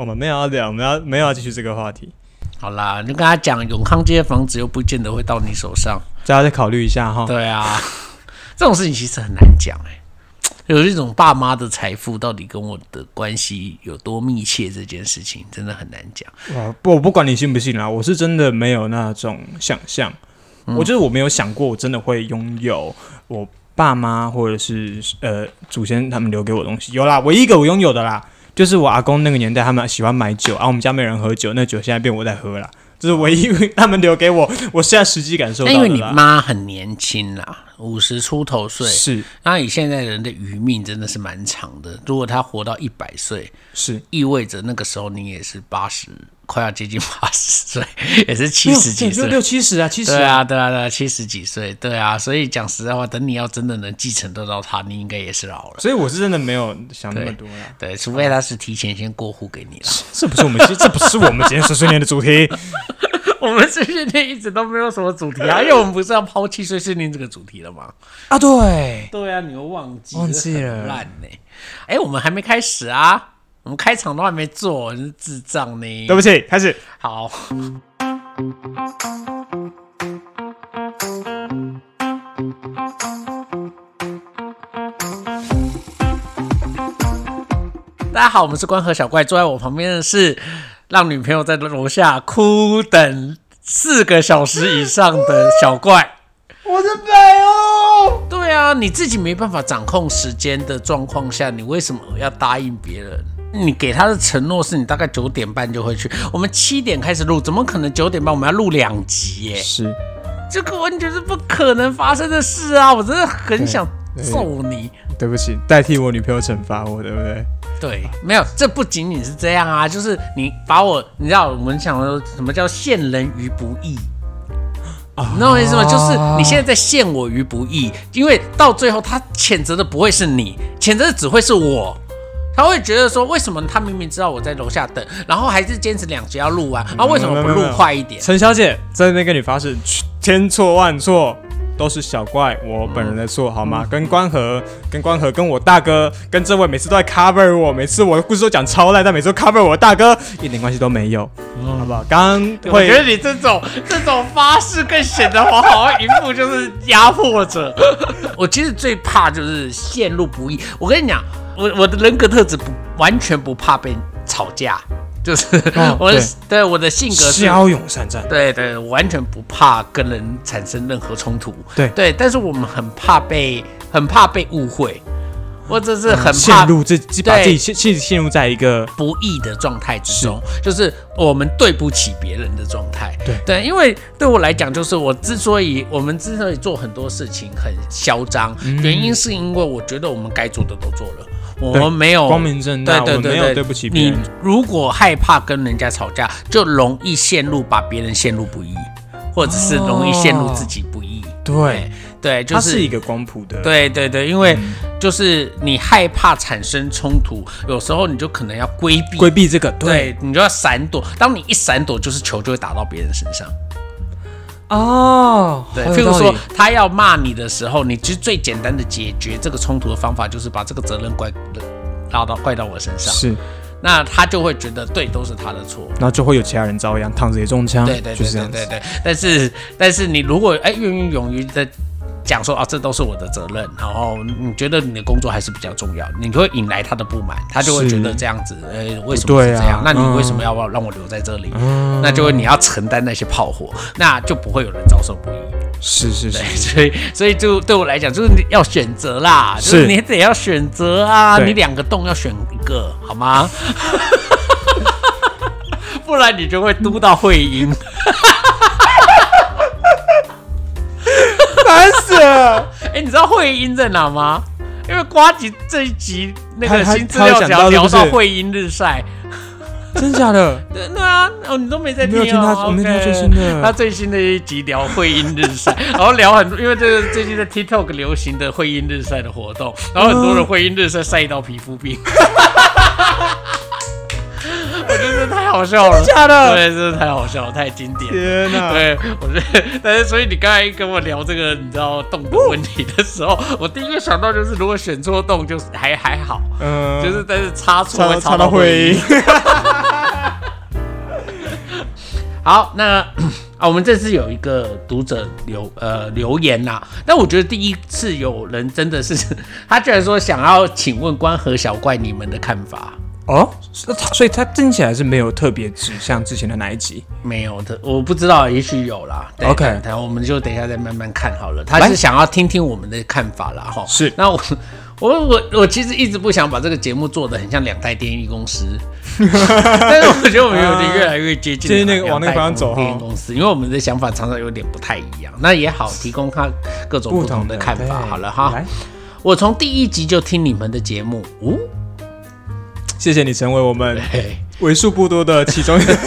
我们没有要聊，没有要继续这个话题。 好啦，你就跟他讲，永康街的房子又不见得会到你手上， 大家再考虑一下哈。 对啊，这种事情其实很难讲有一种爸妈的财富到底跟我的关系有多密切，这件事情真的很难讲。 我不管你信不信啦，我是真的没有那种想象。我就是我没有想过，我真的会拥有我爸妈或者是祖先他们留给我的东西。有啦，唯一一个我拥有的啦，就是我阿公那个年代，他们喜欢买酒我们家没人喝酒，那酒现在变我在喝啦。这是唯一他们留给我现在实际感受到的啦。 因为你妈很年轻啦，50出头岁， 是。 那以现在人的余命真的是蛮长的，如果他活到100岁， 是意味着那个时候你也是80，快要接近80岁，也是70几岁， 就60-70啊，70 啊，对啊，70几岁，对啊，所以讲实在话，等你要真的能继承得到他，你应该也是老了。 所以我是真的没有想那么多啦。 对，除非他是提前先过户给你了。 这不是我们今天碎碎念的主题。 我们碎碎念一直都没有什么主题因为我们不是要抛弃碎碎念这个主题了吗？ 啊，对啊，你又忘记了， 烂呢。我们还没开始啊，我们开场都还没做，你是智障呢。 对不起，开始。 好。大家好，我们是关河小怪，坐在我旁边的是让女朋友在楼下哭等4个小时以上的小怪。 我的白哦！ 对啊，你自己没办法掌控时间的状况下，你为什么要答应别人？你给他的承诺是你大概9点半就会去，我们7点开始录，怎么可能9点半我们要录2集耶？ 是， 这个完全是不可能发生的事啊！我真的很想揍你。 对不起，代替我女朋友惩罚我，对不对？ 对，没有，这不仅仅是这样啊，就是你把我，你知道我们讲的什么叫陷人于不义？你知道我意思吗？就是你现在在陷我于不义，因为到最后他谴责的不会是你，谴责的只会是我。他会觉得说，为什么他明明知道我在楼下等，然后还是坚持2集要录完，为什么不录快一点？ 陈小姐在那边跟你发誓，千错万错都是小怪我本人的错，好吗？跟关河，跟我大哥，跟这位每次都在 cover 我，每次我的故事都讲超烂，但每次都 cover 我的大哥，一点关系都没有，好不好？我觉得你这种发誓更显得我好像一副就是压迫者。我其实最怕就是陷入不义。我跟你讲，我的人格特质完全不怕被吵架。就是我的性格是骁勇善战， 对，我完全不怕跟人产生任何冲突， 对， 但是我们很怕被误会，或者是很怕把自己陷入在一个不义的状态之中，就是我们对不起别人的状态，对，因为对我来讲，就是我们之所以做很多事情很嚣张，原因是因为我觉得我们该做的都做了。我们没有光明正大，我们没有对不起别人。 你如果害怕跟人家吵架，就容易把别人陷入不义，或者是容易陷入自己不义。对，就是它是一个光谱的。 对，因为就是你害怕产生冲突，有时候你就可能要规避这个， 对，你就要闪躲。当你一闪躲，就是球就会打到别人身上。对，譬如说他要骂你的时候，你其实最简单的解决这个冲突的方法就是把这个责任怪到我身上， 是， 那他就会觉得对，都是他的错， 然后就会有其他人遭殃，躺着也中枪， 对， 就是这样子。 但是你如果勇于的讲说这都是我的责任，然后你觉得你的工作还是比较重要，你就会引来他的不满，他就会觉得这样子，为什么是这样？那你为什么要让我留在这里？那就会你要承担那些炮火，那就不会有人遭受不义。 是， 所以就对我来讲，就是你要选择啦，就是你得要选择啊，你2个洞要选一个，好吗？不然你就会嘟到会阴。 烦死了！ 你知道会阴在哪吗？因为呱吉这一集那个新资料夹聊到会阴日晒， 真假的？ 对啊，你都没在听我没听他最新的。 他最新的一集聊会阴日晒，然后聊很多，因为这个最近在 TikTok 流行的会阴日晒的活动，然后很多人会阴日晒晒到皮肤病。我觉得太好笑了， 真的假的？ 对，真的太好笑了，太经典了。 天哪！ 对，我觉得，但是所以你刚才跟我聊这个，你知道洞的问题的时候，我第一个想到就是，如果选错洞，就是还好，就是但是插错会插到会阴。 好，那我们这次有一个读者留言啦，但我觉得第一次有人真的是，他居然说想要请问关河小怪你们的看法。 哦，所以他听起来是没有特别指向之前的哪一集？ 没有的，我不知道，也许有啦。 OK， 我们就等一下再慢慢看好了。他是想要听听我们的看法啦，哈。 是， 那我其实一直不想把这个节目做得很像两代电力公司，但是我觉得我们有点越来越接近那个往那个方向走电力公司，因为我们的想法常常有点不太一样。那也好，提供他各种不同的看法。好了哈，我从第一集就听你们的节目， 谢谢你成为我们为数不多的其中一个。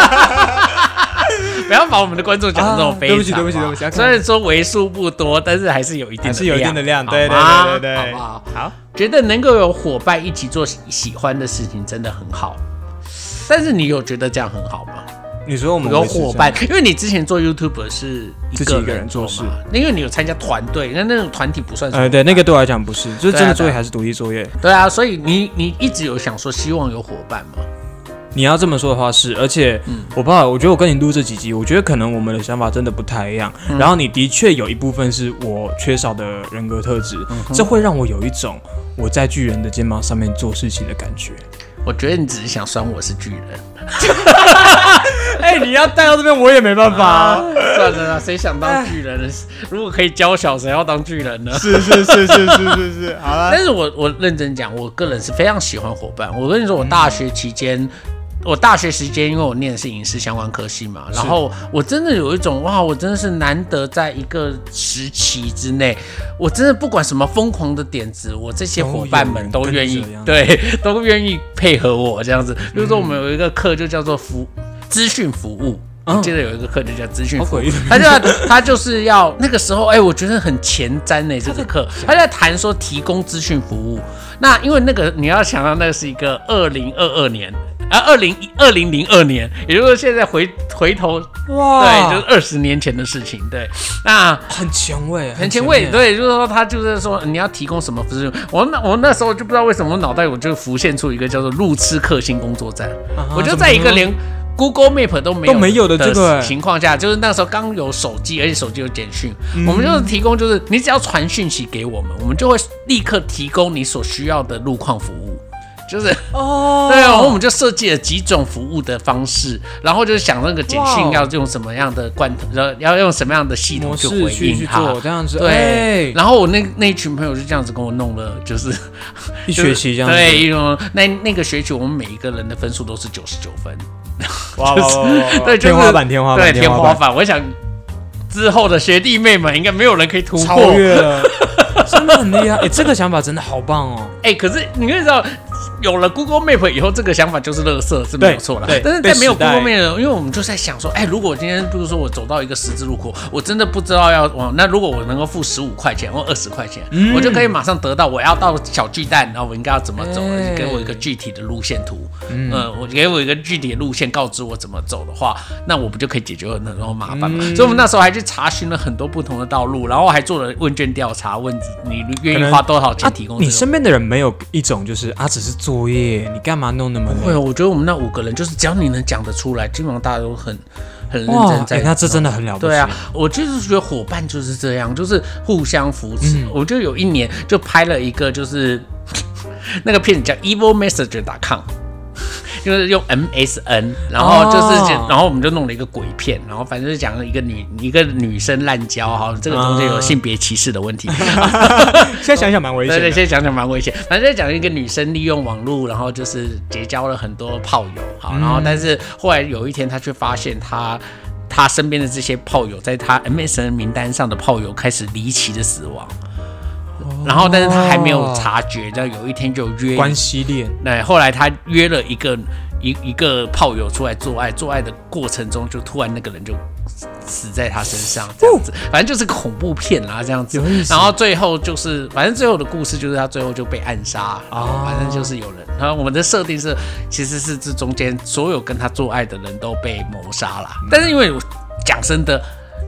不要把我们的观众讲得这种非常。 对不起。 虽然说为数不多，但是还是有一定的量， 对， 好不好？好，觉得能够有伙伴一起做喜欢的事情真的很好。但是你有觉得这样很好吗？ 你说我们有伙伴，因为你之前做 YouTube 是自己一个人做事， 因为你有参加团队，那种团体不算是。 对，那个对我来讲不是，就是真的作业还是独立作业。 对啊，所以你一直有想说希望有伙伴吗？ 你要这么说的话是，而且我不知道，我觉得我跟你录这几集，我觉得可能我们的想法真的不太一样。然后你的确有一部分是我缺少的人格特质，这会让我有一种我在巨人的肩膀上面做事情的感觉。 我觉得你只是想酸我是巨人。 你要带到这边我也没办法。 算了，谁想当巨人呢？如果可以教小，谁要当巨人呢？ 是，好了。 但是我认真讲，我个人是非常喜欢伙伴。我跟你说，我大学期间。我大学时间，因为我念的是影视相关科系嘛，然后我真的有一种我真的是难得在一个时期之内，我真的不管什么疯狂的点子，我这些伙伴们都愿意，都愿意配合我这样子。比如说我们有一个课就叫做资讯服务。我记得有一个课就叫资讯服务，他就是要那个时候，我觉得很前瞻这个课，他在谈说提供资讯服务。那因为那个你要想到那个是一个2022年。2002年，也就是说现在回头，对，就是20年前的事情，对，那很前卫， 对，就是说他就是说你要提供什么服务，我那时候就不知道为什么脑袋我就浮现出一个叫做路痴克星工作站，我就在一个连 Google Map 都没有的这个情况下，就是那时候刚有手机，而且手机有简讯，我们就是提供，就是你只要传讯息给我们，我们就会立刻提供你所需要的路况服务。就是对，然后我们就设计了几种服务的方式，然后就是想那个简讯要用什么样的要用什么样的系统去回应它， 这样子。 对，然后我那一群朋友就这样子跟我弄了，就是一学期这样子。 对，那个学期我们每一个人的分数都是99分。 哇， 对， 天花板， 对，天花板。我想之后的学弟妹们应该没有人可以突破， 超越了，真的很厉害。这个想法真的好棒哦。 可是你可以知道。有了 Google Map 以后，这个想法就是垃圾，是没有错啦。但是在没有 Google Map， 因为我们就在想说，如果我今天比如说我走到一个十字路口，我真的不知道要往那，如果我能够付15块钱或20块钱，我就可以马上得到我要到小巨蛋，然后我应该要怎么走，给我一个具体的路线图。我给我一个具体的路线，告知我怎么走的话，那我不就可以解决很多麻烦吗？所以我们那时候还去查询了很多不同的道路，然后还做了问卷调查，问你愿意花多少钱提供。 你身边的人没有一种就是只是作业，你干嘛弄那么累？ 会，我觉得我们那5个人，就是只要你能讲得出来，基本上大家都很认真在。 那这真的很了不起。 对啊，我就是觉得伙伴就是这样，就是互相扶持。我就有一年就拍了一个，就是那个片子叫 evilmessenger.com。就是用 MSN， 然后然后我们就弄了一个鬼片，然后反正就讲了一个女生滥交，这个中间有性别歧视的问题。 现在想想蛮危险的。 对，现在想想蛮危险。反正就讲一个女生利用网络，然后就是结交了很多炮友，然后但是后来有一天她却发现她身边的这些炮友，在她 MSN 名单上的炮友开始离奇的死亡。然后，但是他还没有察觉，然后有一天就约关系链。 对，后来他约了一个炮友出来做爱，做爱的过程中，就突然那个人就死在他身上，这样子，反正就是恐怖片啦，这样子。然后最后就是，反正最后的故事就是他最后就被暗杀，反正就是有人。然后我们的设定是，其实是这中间所有跟他做爱的人都被谋杀了，但是因为我讲真的。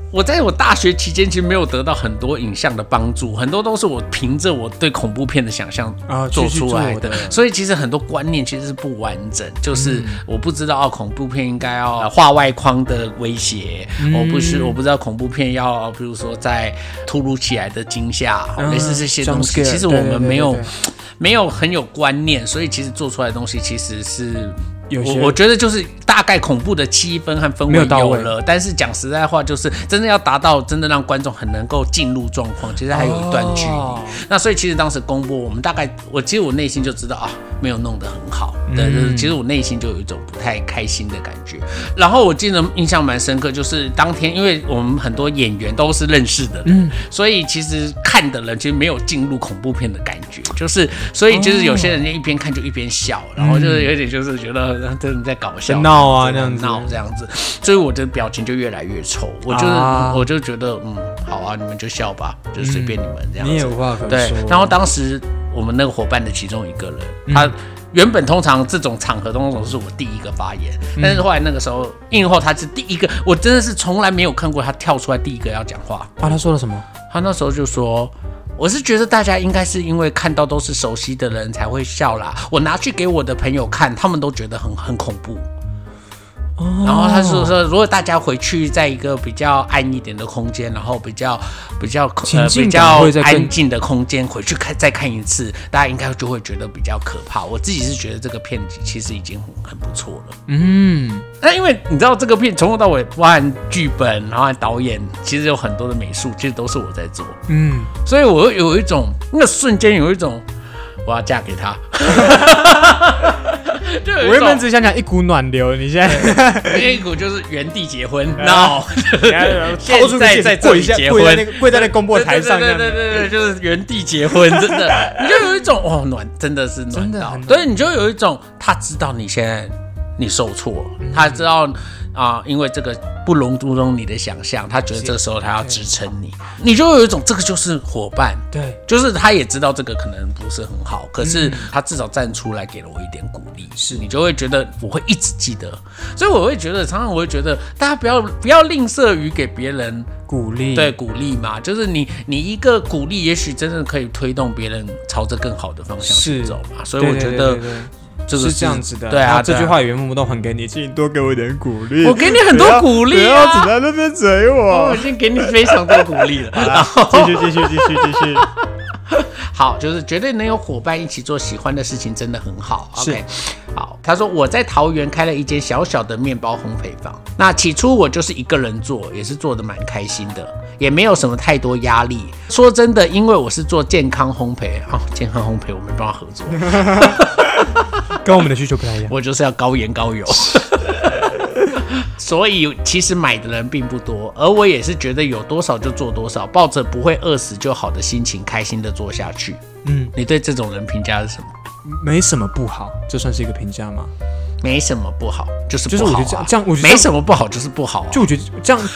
我在我大学期间其实没有得到很多影像的帮助，很多都是我凭着我对恐怖片的想象做出来的，所以其实很多观念其实是不完整，就是我不知道恐怖片应该要画外框的威胁，我不知道恐怖片要比如说在突如其来的惊吓，类似这些东西，其实我们没有很有观念，所以其实做出来的东西其实是。我觉得就是大概恐怖的气氛和氛围有了，但是讲实在话，就是真的要达到真的让观众很能够进入状况，其实还有一段距离。那所以其实当时公播，我们大概其实我内心就知道啊，没有弄得很好，对，其实我内心就有一种不太开心的感觉。然后我记得印象蛮深刻，就是当天因为我们很多演员都是认识的人，所以其实看的人其实没有进入恐怖片的感觉，就是所以就是有些人一边看就一边笑，然后就是有点就是觉得。真的在搞笑闹啊，这样子闹这样子，所以我的表情就越来越丑。我就觉得好啊，你们就笑吧，就随便你们这样子。 你也无话可说。 对，然后当时我们那个伙伴的其中一个人，他原本通常这种场合通常是我第一个发言，但是后来那个时候映后他是第一个，我真的是从来没有看过他跳出来第一个要讲话啊。他说了什么？ 他那时候就说。我是觉得大家应该是因为看到都是熟悉的人才会笑啦。我拿去给我的朋友看，他们都觉得很恐怖。然后他说，如果大家回去在一个比较暗一点的空间，然后比较安静的空间回去再看一次，大家应该就会觉得比较可怕。我自己是觉得这个片其实已经很不错了。那因为你知道这个片从头到尾，包含剧本，然后导演，其实有很多的美术，其实都是我在做。所以我有一种那个瞬间有一种我要嫁给他。 我原本只想讲一股暖流，你现在一股就是原地结婚 ，no， 现在在这里结婚，跪在那公播台上， 对，就是原地结婚，真的，你就有一种暖，真的是暖到，对，你就有一种他知道你现在你受挫，他知道因为这个不容你的想象，他觉得这个时候他要支撑你，你就有一种这个就是伙伴， 对， 就是他也知道这个可能不是很好，可是他至少站出来给了我一点鼓励，是你就会觉得我会一直记得，所以我会觉得常常我会觉得大家不要吝啬于给别人鼓励， 对，鼓励嘛，就是你一个鼓励，也许真的可以推动别人朝着更好的方向去走嘛，所以我觉得。 是这样子的， 对啊， 这句话原封不动还给你，请你多给我一点鼓励。 我给你很多鼓励不要只在那边嘴我。 我已经给你非常多鼓励了。然后继续。 好，就是绝对能有伙伴一起做喜欢的事情，真的很好。OK， 好，他说我在桃园开了一间小小的面包烘焙坊。那起初我就是一个人做，也是做得蛮开心的，也没有什么太多压力。说真的，因为我是做健康烘焙健康烘焙我没办法合作。 跟我们的需求不太一样， 我就是要高盐高油，所以其实买的人并不多，而我也是觉得有多少就做多少，抱着不会饿死就好的心情，开心的做下去。你对这种人评价是什么？ 没什么不好，这算是一个评价吗？ 没什么不好，就是不好、 我觉得这样，我觉得没什么不好，就是不好、 就我觉得这样，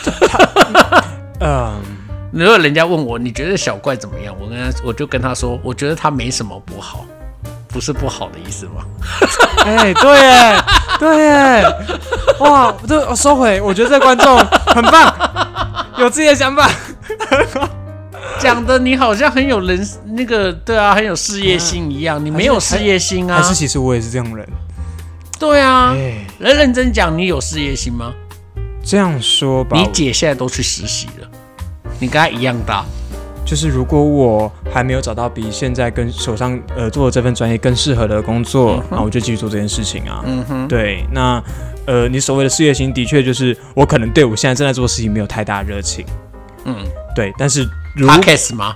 如果人家问我你觉得小怪怎么样，我就跟他说，我觉得他没什么不好。不是不好的意思吗？ 对耶，哇，我收回，我觉得这观众很棒，有自己的想法， 讲的你好像很有人那个，对啊，很有事业心一样，你没有事业心啊？ 还是其实我也是这样人？ 对啊，认真讲，你有事业心吗？ 这样说吧， 你姐现在都去实习了，你跟她一样大。 就是如果我还没有找到比现在跟手上做的这份专业更适合的工作，那我就继续做这件事情啊。对，那你所谓的事业心，的确就是我可能对我现在正在做的事情没有太大热情。对，但是 Podcast 吗？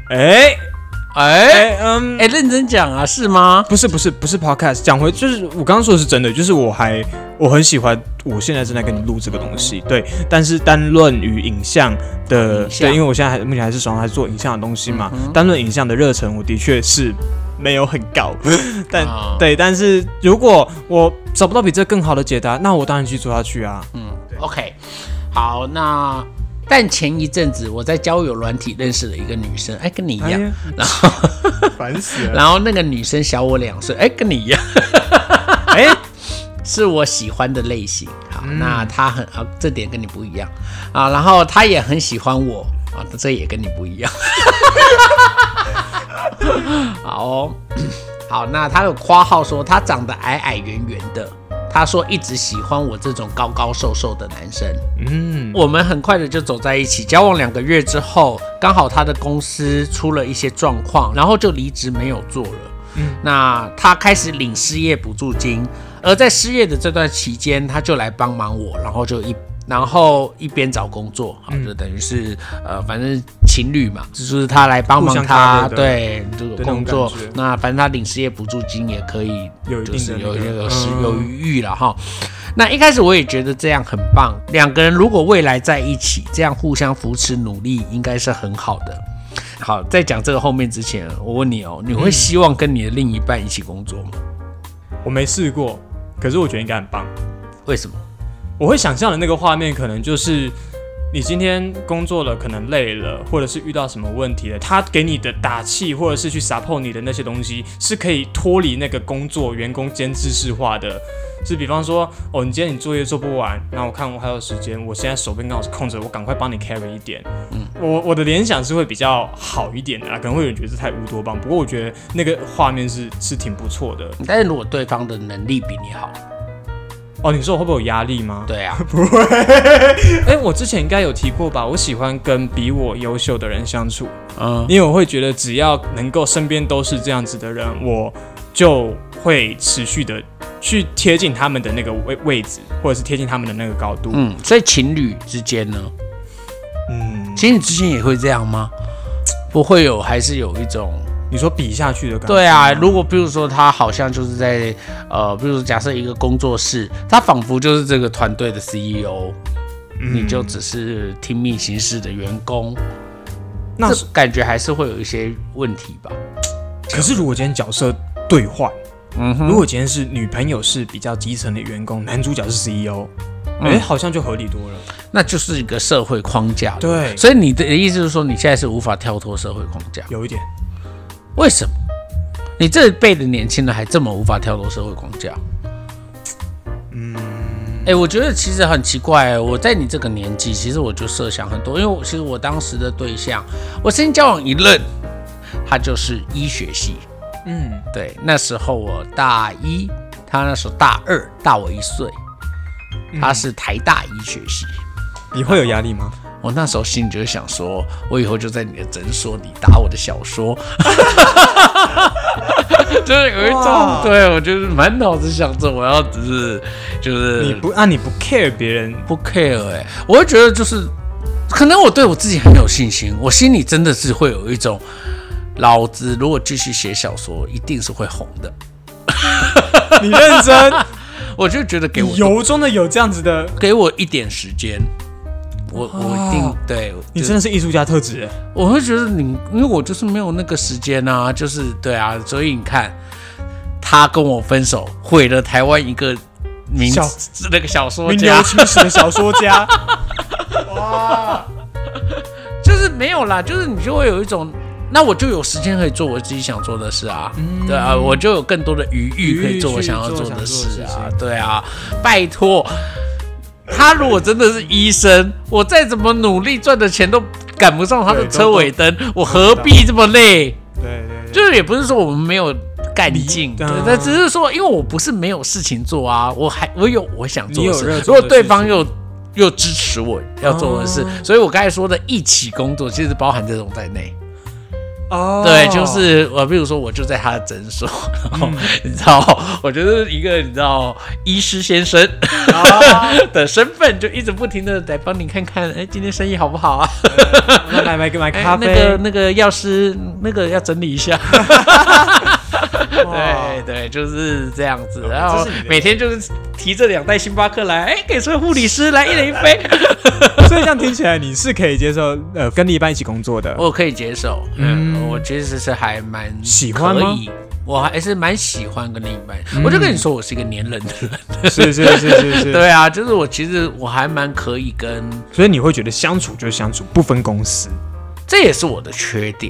认真讲啊，是吗？ 不是 podcast， 讲回就是我刚刚说的是真的，就是我很喜欢我现在正在跟你录这个东西，对，但是单论于影像的，对，因为我现在目前还是手上还做影像的东西嘛，单论影像的热忱，我的确是没有很高，但是如果我找不到比这更好的解答，那我当然继续做下去啊。 OK， 好，那。但前一阵子我在交友软体认识了一个女生，跟你一样，然后烦死了。 然后那个女生小我2岁，跟你一样， 是我喜欢的类型。好，那他这点跟你不一样啊，然后他也很喜欢我啊，这也跟你不一样。好哦，好，那他有括号说他长得矮矮圆圆的。他说一直喜欢我这种高高瘦瘦的男生。我们很快的就走在一起，交往2个月之后，刚好他的公司出了一些状况，然后就离职没有做了。那他开始领失业补助金，而在失业的这段期间，他就来帮忙我，然后一边找工作，好，就等于是反正情侣嘛，就是他来帮忙他，对，这个工作。那反正他领失业补助金也可以，就是有余裕了哈。那一开始我也觉得这样很棒，2个人如果未来在一起，这样互相扶持努力，应该是很好的。好，在讲这个后面之前，我问你哦，你会希望跟你的另一半一起工作吗？ 我没试过，可是我觉得应该很棒。 为什么？ 我会想象的那个画面，可能就是你今天工作了，可能累了，或者是遇到什么问题了，他给你的打气，或者是去 support 你的那些东西，是可以脱离那个工作员工监制式化的。是比方说，你今天你作业做不完，然后我看我还有时间，我现在手边刚好是空着，我赶快帮你 carry 一点。我的联想是会比较好一点的啦，可能会有人觉得这太乌多邦，不过我觉得那个画面是挺不错的。 但是如果对方的能力比你好。 你说我会不会有压力吗？ 对啊， 不会。我之前应该有提过吧，我喜欢跟比我优秀的人相处。因为我会觉得只要能够身边都是这样子的人，我就会持续的去贴近他们的那个位置，或者是贴近他们的那个高度。 所以情侣之间呢？情侣之间也会这样吗？不会有，还是有一种。 你说比下去的感觉？ 对啊，如果比如说他好像就是在比如说假设一个工作室，他仿佛就是这个团队的 CEO，你就只是听命行事的员工，那感觉还是会有一些问题吧。 可是如果今天角色兑换，如果今天是女朋友是比较基层的员工，男主角是 CEO，好像就合理多了。 那就是一个社会框架。 对， 所以你的意思是说，你现在是无法跳脱社会框架？ 有一点。 为什么？你这一辈的年轻人还这么无法跳脱社会框架？我觉得其实很奇怪。我在你这个年纪，其实我就设想很多，因为其实我当时的对象，我曾经交往一任，他就是医学系。对，那时候我大1，他那时候大2，大我1岁。他是台大医学系。 你会有压力吗？ 我那时候心里就想说，我以后就在你的诊所里打我的小说，就是有一种，对，我就是满脑子想着我要只是就是你不 care 别人， 不 care 我会觉得就是可能我对我自己很有信心，我心里真的是会有一种，老子如果继续写小说，一定是会红的。 你认真？ 我就觉得给我由衷的有这样子的， 给我一点时间。我一定对你真的是艺术家特质。 我会觉得因为我就是没有那个时间啊，就是对啊，所以你看，他跟我分手，毁了台湾一个那个小说家，名留青史的小说家。哇， 就是没有啦，就是你就会有一种，那我就有时间可以做我自己想做的事啊，对啊，我就有更多的余裕可以做我想要做的事啊，对啊，拜托。他如果真的是医生，我再怎么努力赚的钱都赶不上他的车尾灯，我何必这么累？ 对， 就是也不是说我们没有干劲，对，只是说因为我不是没有事情做啊，我有我想做的事，如果对方又支持我要做的事，所以我刚才说的一起工作，其实包含这种在内。对，就是比如说我就在他的诊所，然后你知道，我就是一个你知道医师先生的身份，就一直不停的来帮你看看，今天生意好不好啊？ 买咖啡， 那个药师那个要整理一下。对，就是这样子，然后每天就是提着2袋星巴克来，给所有护理师来一人一杯。 所以这样听起来，你是可以接受跟另一半一起工作的？ 我可以接受，我其实是还蛮喜欢吗？ 我还是蛮喜欢跟另一半。我就跟你说，我是一个黏人的人。 是。 对啊，就是我还蛮可以跟， 所以你会觉得相处就是相处，不分公司， 这也是我的缺点。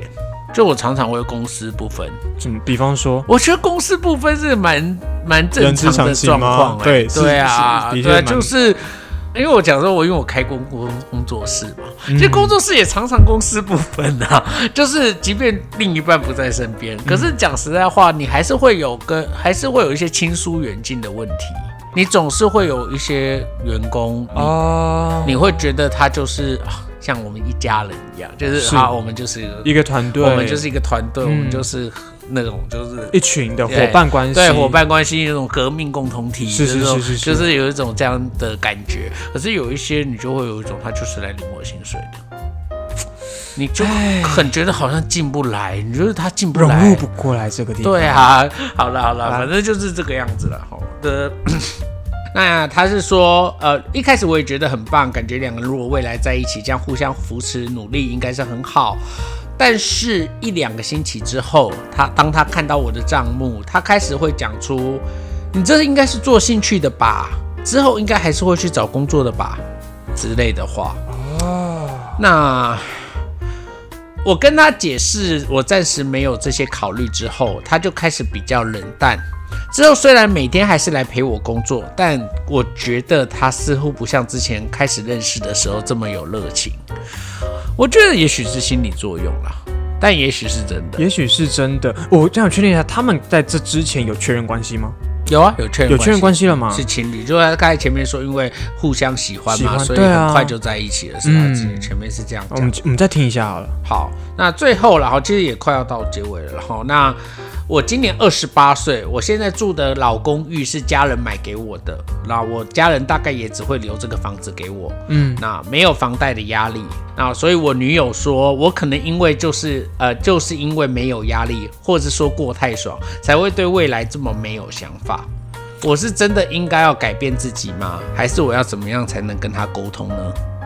就我常常会公私不分。 怎么？比方说， 我觉得公私不分是蛮正常的状况。 对啊，对啊，就是因为我讲说，因为我开工作室嘛，其实工作室也常常公私不分啊。就是即便另一半不在身边，可是讲实在话，你还是会有一些亲疏远近的问题。你总是会有一些员工，你会觉得他就是像我们一家人一样，就是我们就是一个团队，我们就是一个团队，我们就是那种就是一群的伙伴关系， 对伙伴关系那种革命共同体， 是， 就是有一种这样的感觉。可是有一些你就会有一种他就是来领我薪水的。你就很觉得好像进不来，你觉得他进不来， 融入不过来这个地方。 对啊，好了，反正就是这个样子了。那他是说，一开始我也觉得很棒，感觉两个人如果未来在一起，这样互相扶持努力，应该是很好。但是1-2个星期之后，当他看到我的账目，他开始会讲出：“你这应该是做兴趣的吧？之后应该还是会去找工作的吧？”之类的话。那我跟他解释，我暂时没有这些考虑之后，他就开始比较冷淡。之后虽然每天还是来陪我工作，但我觉得他似乎不像之前开始认识的时候这么有热情。我觉得也许是心理作用啦，但也许是真的。 也许是真的。我这样确定一下，他们在这之前有确认关系吗？ 有啊，有确认关系了吗？ 是情侣，就他刚才前面说，因为互相喜欢嘛，所以很快就在一起了，是吧？前面是这样讲。 我们再听一下好了。 好，那最后了，其实也快要到结尾了。然后，那我今年28岁，我现在住的老公寓是家人买给我的，那我家人大概也只会留这个房子给我，那没有房贷的压力。那所以我女友说，我可能因为就是因为没有压力，或者说过太爽，才会对未来这么没有想法。我是真的应该要改变自己吗？还是我要怎么样才能跟他沟通呢？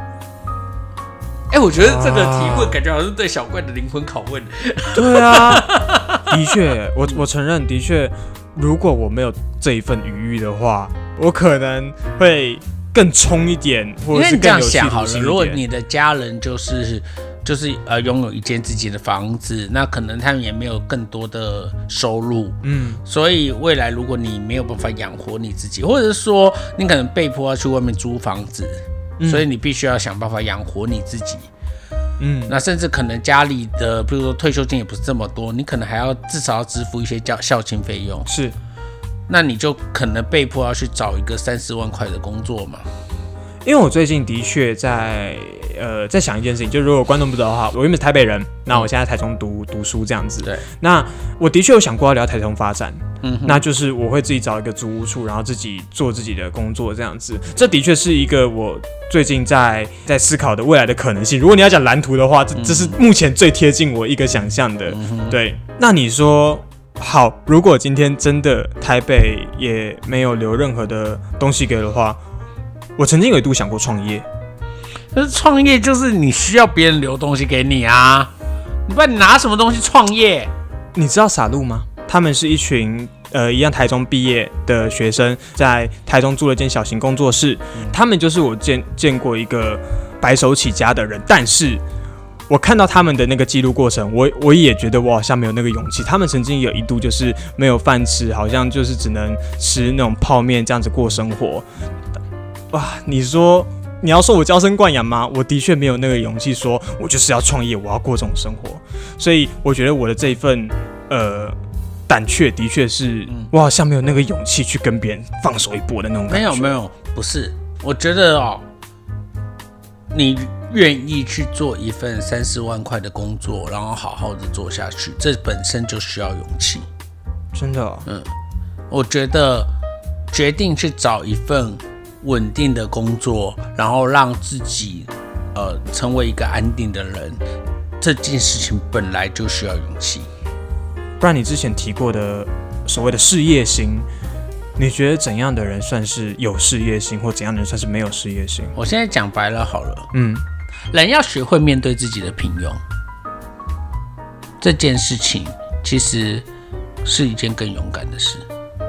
我觉得这个提问感觉好像是对小怪的灵魂拷问。 对啊，的确，我承认，的确，如果我没有这一份余裕的话，我可能会更冲一点，或者是更有企图心一点。因为你这样想好了，如果你的家人就是拥有一间自己的房子，那可能他们也没有更多的收入，所以未来如果你没有办法养活你自己，或者是说你可能被迫要去外面租房子，所以你必须要想办法养活你自己。那甚至可能家里的，比如说退休金也不是这么多，你可能还要至少要支付一些孝亲费用。 是， 那你就可能被迫要去找一个3-4万块的工作嘛。 因为我最近的确在想一件事情，就如果观众不知道的话，我原本是台北人，那我现在在台中读书这样子。对，那我的确有想过要聊台中发展，那就是我会自己找一个租屋处，然后自己做自己的工作这样子。这的确是一个我最近在思考的未来的可能性。如果你要讲蓝图的话，这是目前最贴近我一个想象的。对，那你说好，如果今天真的台北也没有留任何的东西给的话，我曾经有一度想过创业。 可是创业就是你需要别人留东西给你啊，你不然你拿什么东西创业？ 你知道傻路吗？他们是一群一样台中毕业的学生，在台中租了间小型工作室。他们就是我见过一个白手起家的人，但是我看到他们的那个记录过程，我也觉得我好像没有那个勇气。他们曾经有一度就是没有饭吃，好像就是只能吃那种泡面这样子过生活。哇，你要说我娇生惯养吗？我的确没有那个勇气说，我就是要创业，我要过这种生活。所以我觉得我的这一份胆怯的确是，我好像没有那个勇气去跟别人放手一搏的那种感觉。 没有，不是，我觉得你愿意去做一份3-4万块的工作，然后好好的做下去，这本身就需要勇气。 真的我觉得决定去找一份稳定的工作，然后让自己成为一个安定的人，这件事情本来就需要勇气。 不然你之前提过的所谓的事业心，你觉得怎样的人算是有事业心，或怎样的人算是没有事业心？ 我现在讲白了好了，人要学会面对自己的平庸，这件事情其实是一件更勇敢的事。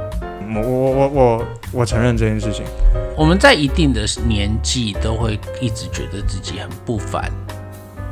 我承认这件事情。 我们在一定的年纪都会一直觉得自己很不凡，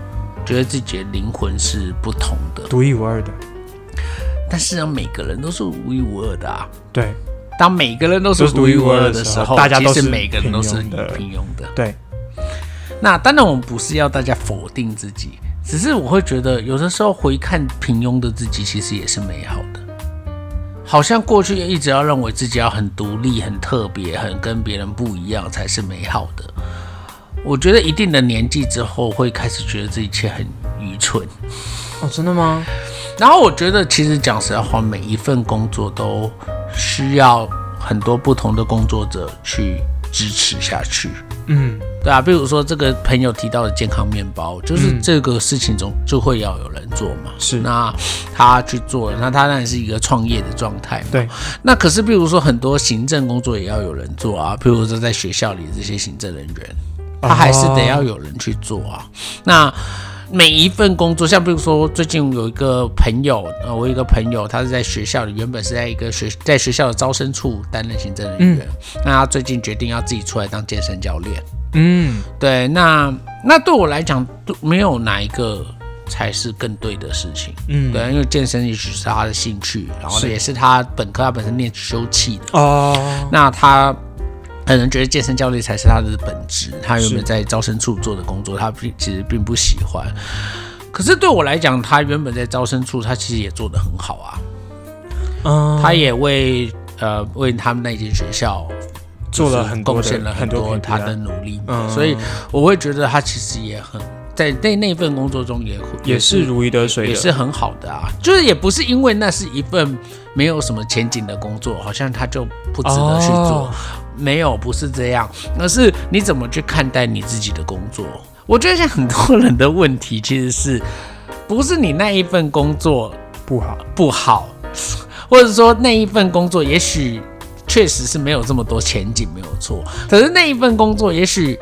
觉得自己的灵魂是不同的， 独一无二的。 但是呢，每个人都是独一无二的啊。 对， 当每个人都是独一无二的时候， 大家都是其实每个人都是平庸的。 对。 那当然，我们不是要大家否定自己，只是我会觉得，有的时候回看平庸的自己，其实也是美好的。好像过去一直要认为自己要很独立、很特别、很跟别人不一样才是美好的。我觉得一定的年纪之后，会开始觉得这一切很愚蠢。 哦，真的吗？ 然后我觉得，其实讲实在话，每一份工作都需要很多不同的工作者去支持下去。对啊，比如说这个朋友提到的健康面包，就是这个事情中就会要有人做嘛。 是， 那他去做了，那他当然是一个创业的状态嘛。 对。 那可是，比如说很多行政工作也要有人做啊，比如说在学校里这些行政人员，他还是得要有人去做啊。那每一份工作，像比如说最近有一个朋友，我有一个朋友，他是在学校里，原本是在一个在学校的招生处担任行政人员，那他最近决定要自己出来当健身教练。对，那对我来讲，没有哪一个才是更对的事情。对，因为健身也许是他的兴趣，然后也是他本科他本身练休憩的。那他可能觉得健身教练才是他的本职，他原本在招生处做的工作，他其实并不喜欢。可是对我来讲，他原本在招生处，他其实也做得很好啊。他也为他们那间学校做了很多， 贡献了很多他的努力。所以我会觉得他其实也很在那份工作中也是如鱼得水的，也是很好的啊。就是也不是因为那是一份没有什么前景的工作，好像他就不值得去做。没有，不是这样，而是你怎么去看待你自己的工作。我觉得像很多人的问题，其实不是你那一份工作不好，或者说那一份工作也许确实是没有这么多前景，没有错。可是那一份工作，也许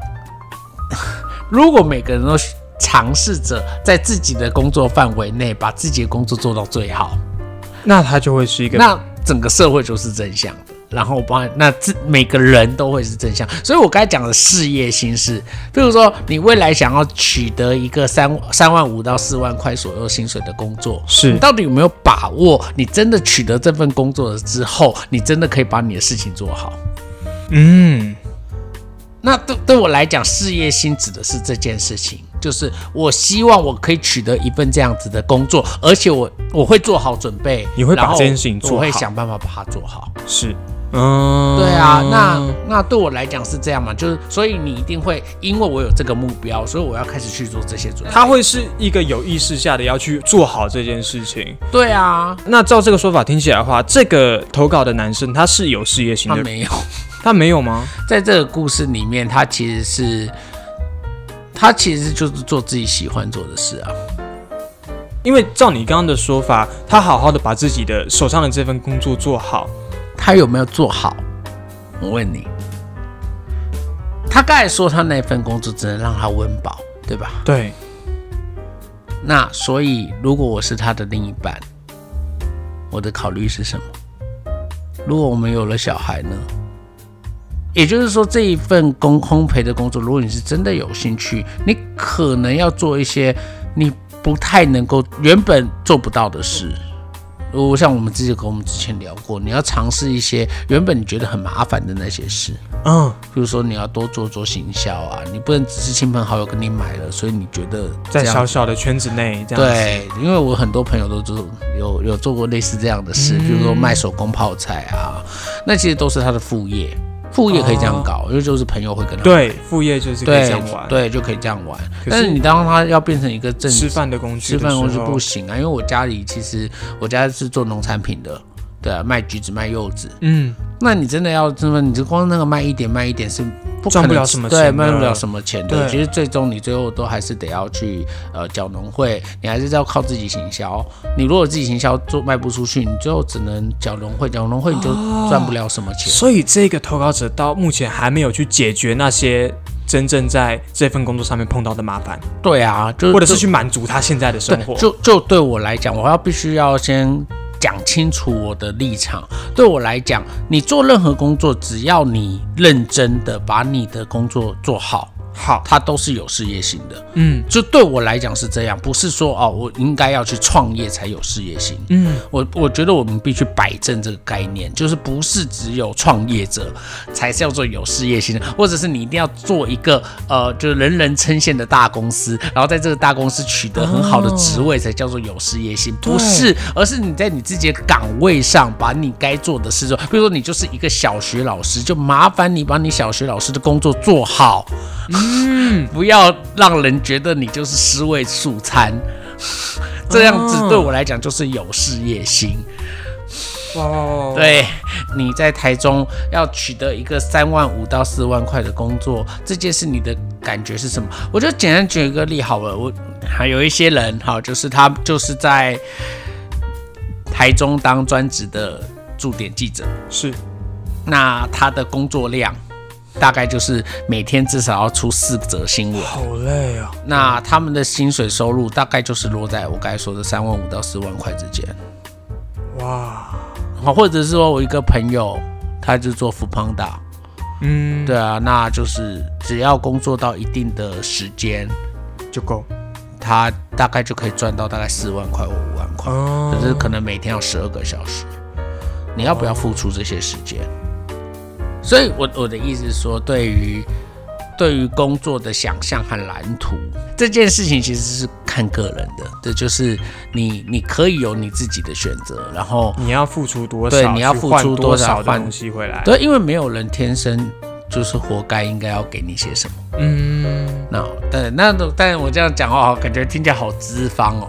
如果每个人都尝试着在自己的工作范围内把自己的工作做到最好， 那它就会是一个， 那整个社会就是正向的。然后每个人都会是正向，所以我刚才讲的事业心是，比如说你未来想要取得一个3万5到4万块左右薪水的工作， 是你到底有没有把握？你真的取得这份工作了之后，你真的可以把你的事情做好？那对我来讲，事业心指的是这件事情，就是我希望我可以取得一份这样子的工作，而且我会做好准备， 你会把这件事情做好， 我会想办法把它做好。 是。 对啊，那对我来讲是这样嘛，就是所以你一定会因为我有这个目标，所以我要开始去做这些准备。 他会是一个有意识下的要去做好这件事情。 对啊， 那照这个说法听起来的话，这个投稿的男生他是有事业心的， 他没有， 他没有吗？ 在这个故事里面，他其实就是做自己喜欢做的事啊。 因为照你刚刚的说法，他好好的把自己的手上的这份工作做好。 他有没有做好？我问你，他刚才说他那份工作只能让他温饱，对吧？ 对。 那所以，如果我是他的另一半，我的考虑是什么？如果我们有了小孩呢？也就是说，这一份烘焙的工作，如果你是真的有兴趣，你可能要做一些你不太能够原本做不到的事。像我们之前聊过，你要尝试一些原本你觉得很麻烦的那些事，比如说你要多做行销啊，你不能只是亲朋好友跟你买了，所以你觉得在小小的圈子内这样子。 对，因为我很多朋友都有做过类似这样的事，比如说卖手工泡菜啊，那其实都是他的副业。副业可以这样搞，因为就是朋友会跟他对副业就是可以这样玩， 对就可以这样玩。但是你当他要变成一个吃饭的工具， 不行啊，因为我家是做农产品的，对啊，卖橘子卖柚子，那你真的要你就光那个卖一点是不可能赚不了什么钱， 对，卖不了什么钱的。其实最终你最后都还是得要去缴农会，你还是要靠自己行销。你如果自己行销卖不出去，你最后只能缴农会你就赚不了什么钱。 所以这个投稿者到目前还没有去解决那些真正在这份工作上面碰到的麻烦。 对啊， 或者是去满足他现在的生活。 就对我来讲，我必须要先讲清楚我的立场。对我来讲，你做任何工作，只要你认真的把你的工作做好， 好， 它都是有事业性的。就对我来讲是这样，不是说我应该要去创业才有事业性。我觉得我们必须摆正这个概念，就是不是只有创业者才叫做有事业性的，或者是你一定要做一个就是人人称羡的大公司，然后在这个大公司取得很好的职位才叫做有事业性。不是，而是你在你自己的岗位上把你该做的事做。比如说你就是一个小学老师，就麻烦你把你小学老师的工作做好。不要让人觉得你就是尸位素餐，这样子对我来讲就是有事业心。对，你在台中要取得一个3万5到4万块的工作，这件事你的感觉是什么？我就简单举一个例好了，我还有一些人，就是他就是在台中当专职的驻点记者， 是， 那他的工作量大概就是每天至少要出4则新闻， 好累啊。 那他们的薪水收入大概就是落在我刚才说的3万5到4万块之间。 哇， 或者是说我一个朋友，他就做 Foodpanda，对啊，那就是只要工作到一定的时间就够， 他大概就可以赚到大概4万块或5万块，可是可能每天要12个小时，你要不要付出这些时间？所以我的意思是说，对于工作的想象和蓝图这件事情，其实是看个人的，对，就是你可以有你自己的选择，然后你要付出多少， 对，你要付出多少的东西回来， 对，因为没有人天生就是活该应该要给你些什么，但我这样讲话，感觉听起来好资方哦，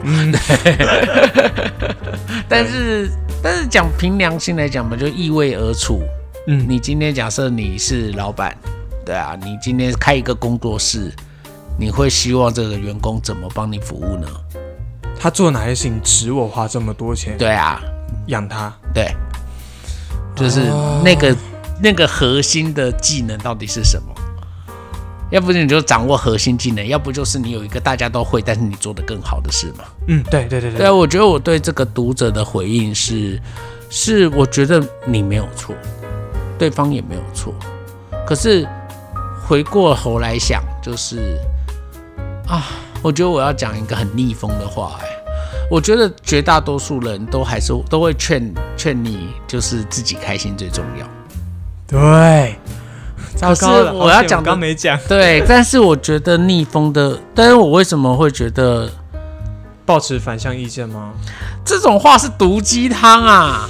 但是讲凭良心来讲嘛，就意味而处。你今天假设你是老板，对啊，你今天开一个工作室，你会希望这个员工怎么帮你服务呢？ 他做哪些事情值我花这么多钱？ 对啊， 养他， 对，就是那个核心的技能到底是什么？要不你就掌握核心技能，要不就是你有一个大家都会，但是你做得更好的事嘛。对，对，我觉得我对这个读者的回应是我觉得你没有错。对方也没有错，可是回过头来想，就是我觉得我要讲一个很逆风的话，我觉得绝大多数人都会劝你，就是自己开心最重要。 对， 可是我要讲的刚没讲， 对，但是我觉得逆风的，但是我为什么会觉得抱持反向意见吗？ 这种话是毒鸡汤啊，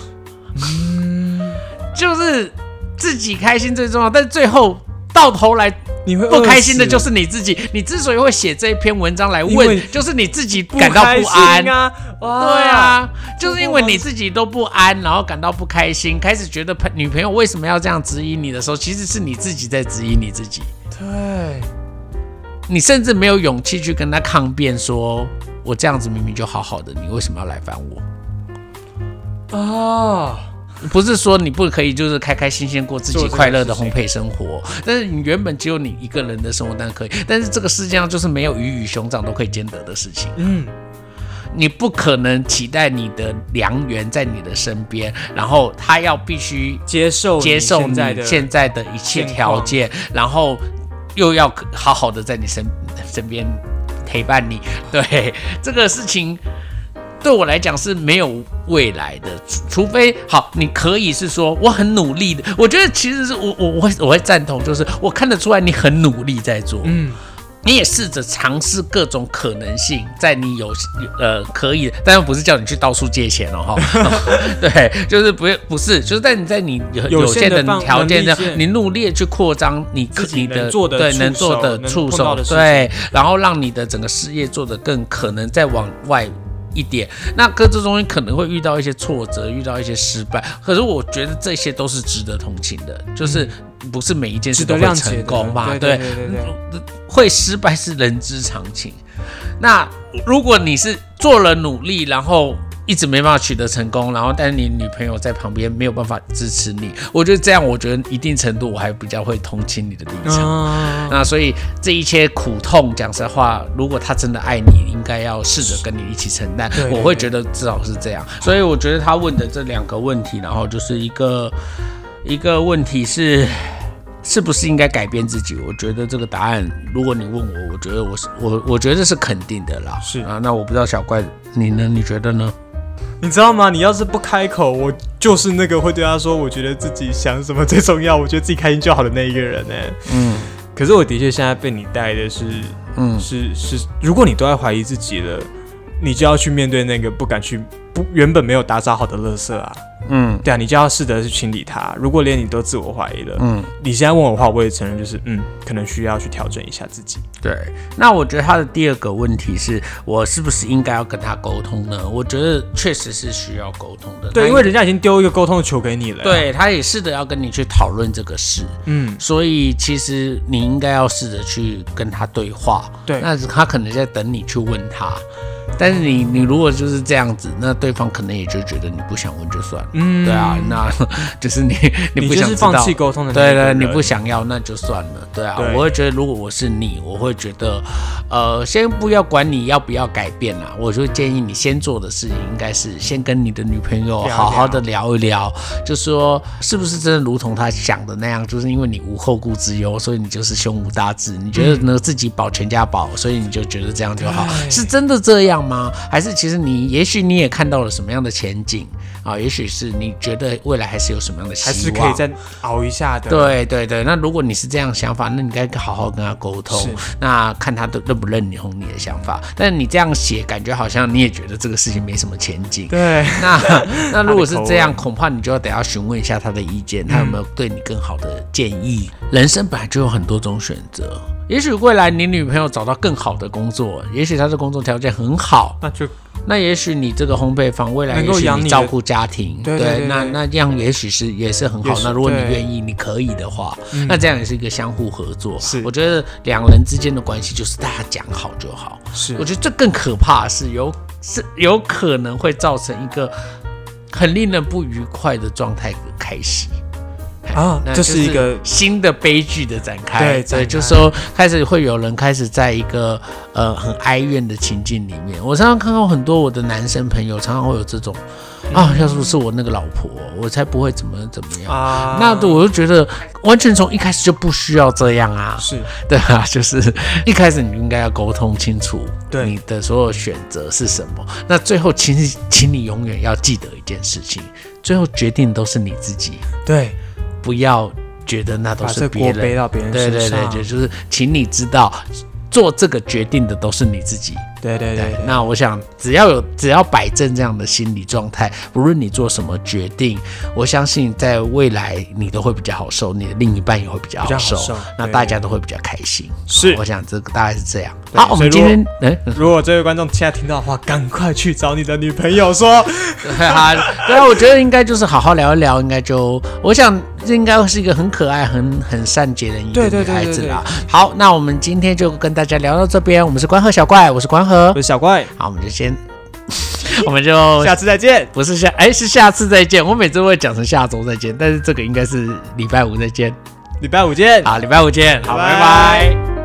就是自己开心最重要，但是最后到头来你会不开心的就是你自己。你之所以会写这一篇文章来问，就是你自己感到不安啊。对啊，就是因为你自己都不安，然后感到不开心，开始觉得女朋友为什么要这样质疑你的时候，其实是你自己在质疑你自己。 对， 你甚至没有勇气去跟他抗辩，说我这样子明明就好好的，你为什么要来烦我？不是说你不可以就是开开心心过自己快乐的烘焙生活，但是你原本只有你一个人的生活当然可以，但是这个世界上就是没有鱼与熊掌都可以兼得的事情。你不可能期待你的良缘在你的身边，然后他要必须接受你现在的一切条件，然后又要好好的在你身边陪伴你。对，这个事情对我来讲是没有未来的，除非好，你可以是说我很努力的。我觉得其实是我会赞同，就是我看得出来你很努力在做，你也试着尝试各种可能性，在你有可以，但是不是叫你去到处借钱哦，对，就是不是，就是在你有限的条件下，你努力去扩张你的对能做的触手，对，然后让你的整个事业做得更可能再往外一点。那各这中间可能会遇到一些挫折，遇到一些失败，可是我觉得这些都是值得同情的，就是不是每一件事都会成功嘛？对，会失败是人之常情。那如果你是做了努力，然后一直没办法取得成功，然后但是你女朋友在旁边没有办法支持你，我觉得这样，我觉得一定程度我还比较会同情你的立场。那所以这一切苦痛，讲实话，如果他真的爱你，应该要试着跟你一起承担。我会觉得至少是这样。所以我觉得他问的这2个问题，然后就是一个问题是是不是应该改变自己？我觉得这个答案，如果你问我，我觉得是肯定的啦。 是啊，那我不知道小怪你呢？你觉得呢？ 你知道吗？你要是不开口，我就是那个会对他说，我觉得自己想什么最重要，我觉得自己开心就好的那一个人呢。可是我的确现在被你带的是，如果你都在怀疑自己了，你就要去面对那个不敢去原本没有打扫好的垃圾啊。对啊，你就要试着去清理它。如果连你都自我怀疑了，你现在问我的话，我也承认，就是可能需要去调整一下自己。 对，那我觉得他的第二个问题是我是不是应该要跟他沟通呢？我觉得确实是需要沟通的。 对，因为人家已经丢一个沟通的球给你了。 对，他也试着要跟你去讨论这个事。所以其实你应该要试着去跟他对话。 对， 那他可能在等你去问他。但是你如果就是这样子，那对方可能也就觉得你不想问就算了。对啊，那就是你不想知道， 你就是放弃沟通的那对个人。 你不想要那就算了。对啊，我会觉得如果我是你，我会觉得先不要管你要不要改变啦，我就建议你先做的事情应该是先跟你的女朋友好好的聊一聊，就说是不是真的如同他想的那样，就是因为你无后顾之忧，所以你就是胸无大志，你觉得呢自己保全家保，所以你就觉得这样就好，是真的这样吗？还是其实也许你也看到了什么样的前景啊？也许是你觉得未来还是有什么样的希望， 还是可以再熬一下的。 对，那如果你是这样想法，那你该好好跟他沟通，那看他认不认同你的想法。但你这样写，感觉好像你也觉得这个事情没什么前景。 对， 那如果是这样，恐怕你就要得要询问一下他的意见，他有没有对你更好的建议。人生本来就有很多种选择。也许未来你女朋友找到更好的工作，也许她的工作条件很好，那也许你这个烘焙坊未来也许你照顾家庭，对，那这样也许也是很好。那如果你愿意，你可以的话，那这样也是一个相互合作。我觉得两人之间的关系就是大家讲好就好。我觉得这更可怕的是有可能会造成一个很令人不愉快的状态的开始。 这是一个新的悲剧的展开。对，就是说开始会有人开始在一个很哀怨的情境里面。我常常看到很多我的男生朋友，常常会有这种要是不是我那个老婆，我才不会怎么样。那我就觉得完全从一开始就不需要这样啊。对啊，就是一开始你应该要沟通清楚你的所有选择是什么。那最后请你永远要记得一件事情，最后决定都是你自己。对。不要觉得那都是别人，把这锅背到别人身上。对，就是请你知道，做这个决定的都是你自己。对。那我想，只要摆正这样的心理状态，不论你做什么决定，我相信在未来你都会比较好受，你的另一半也会比较好受，那大家都会比较开心。我想这个大概是这样。好，我们今天如果这位观众现在听到的话，赶快去找你的女朋友说。 对啊，我觉得应该就是好好聊一聊，应该我想这应该是一个很可爱、很善解人意的女孩子啦。好，那我们今天就跟大家聊到这边。我们是关河小怪，我是关河， 我是小怪。 好，我们就下次再见。 不是是下次再见。我每次会讲成下周再见，但是这个应该是礼拜五再见。 礼拜五见。 好，礼拜五见。好，拜拜。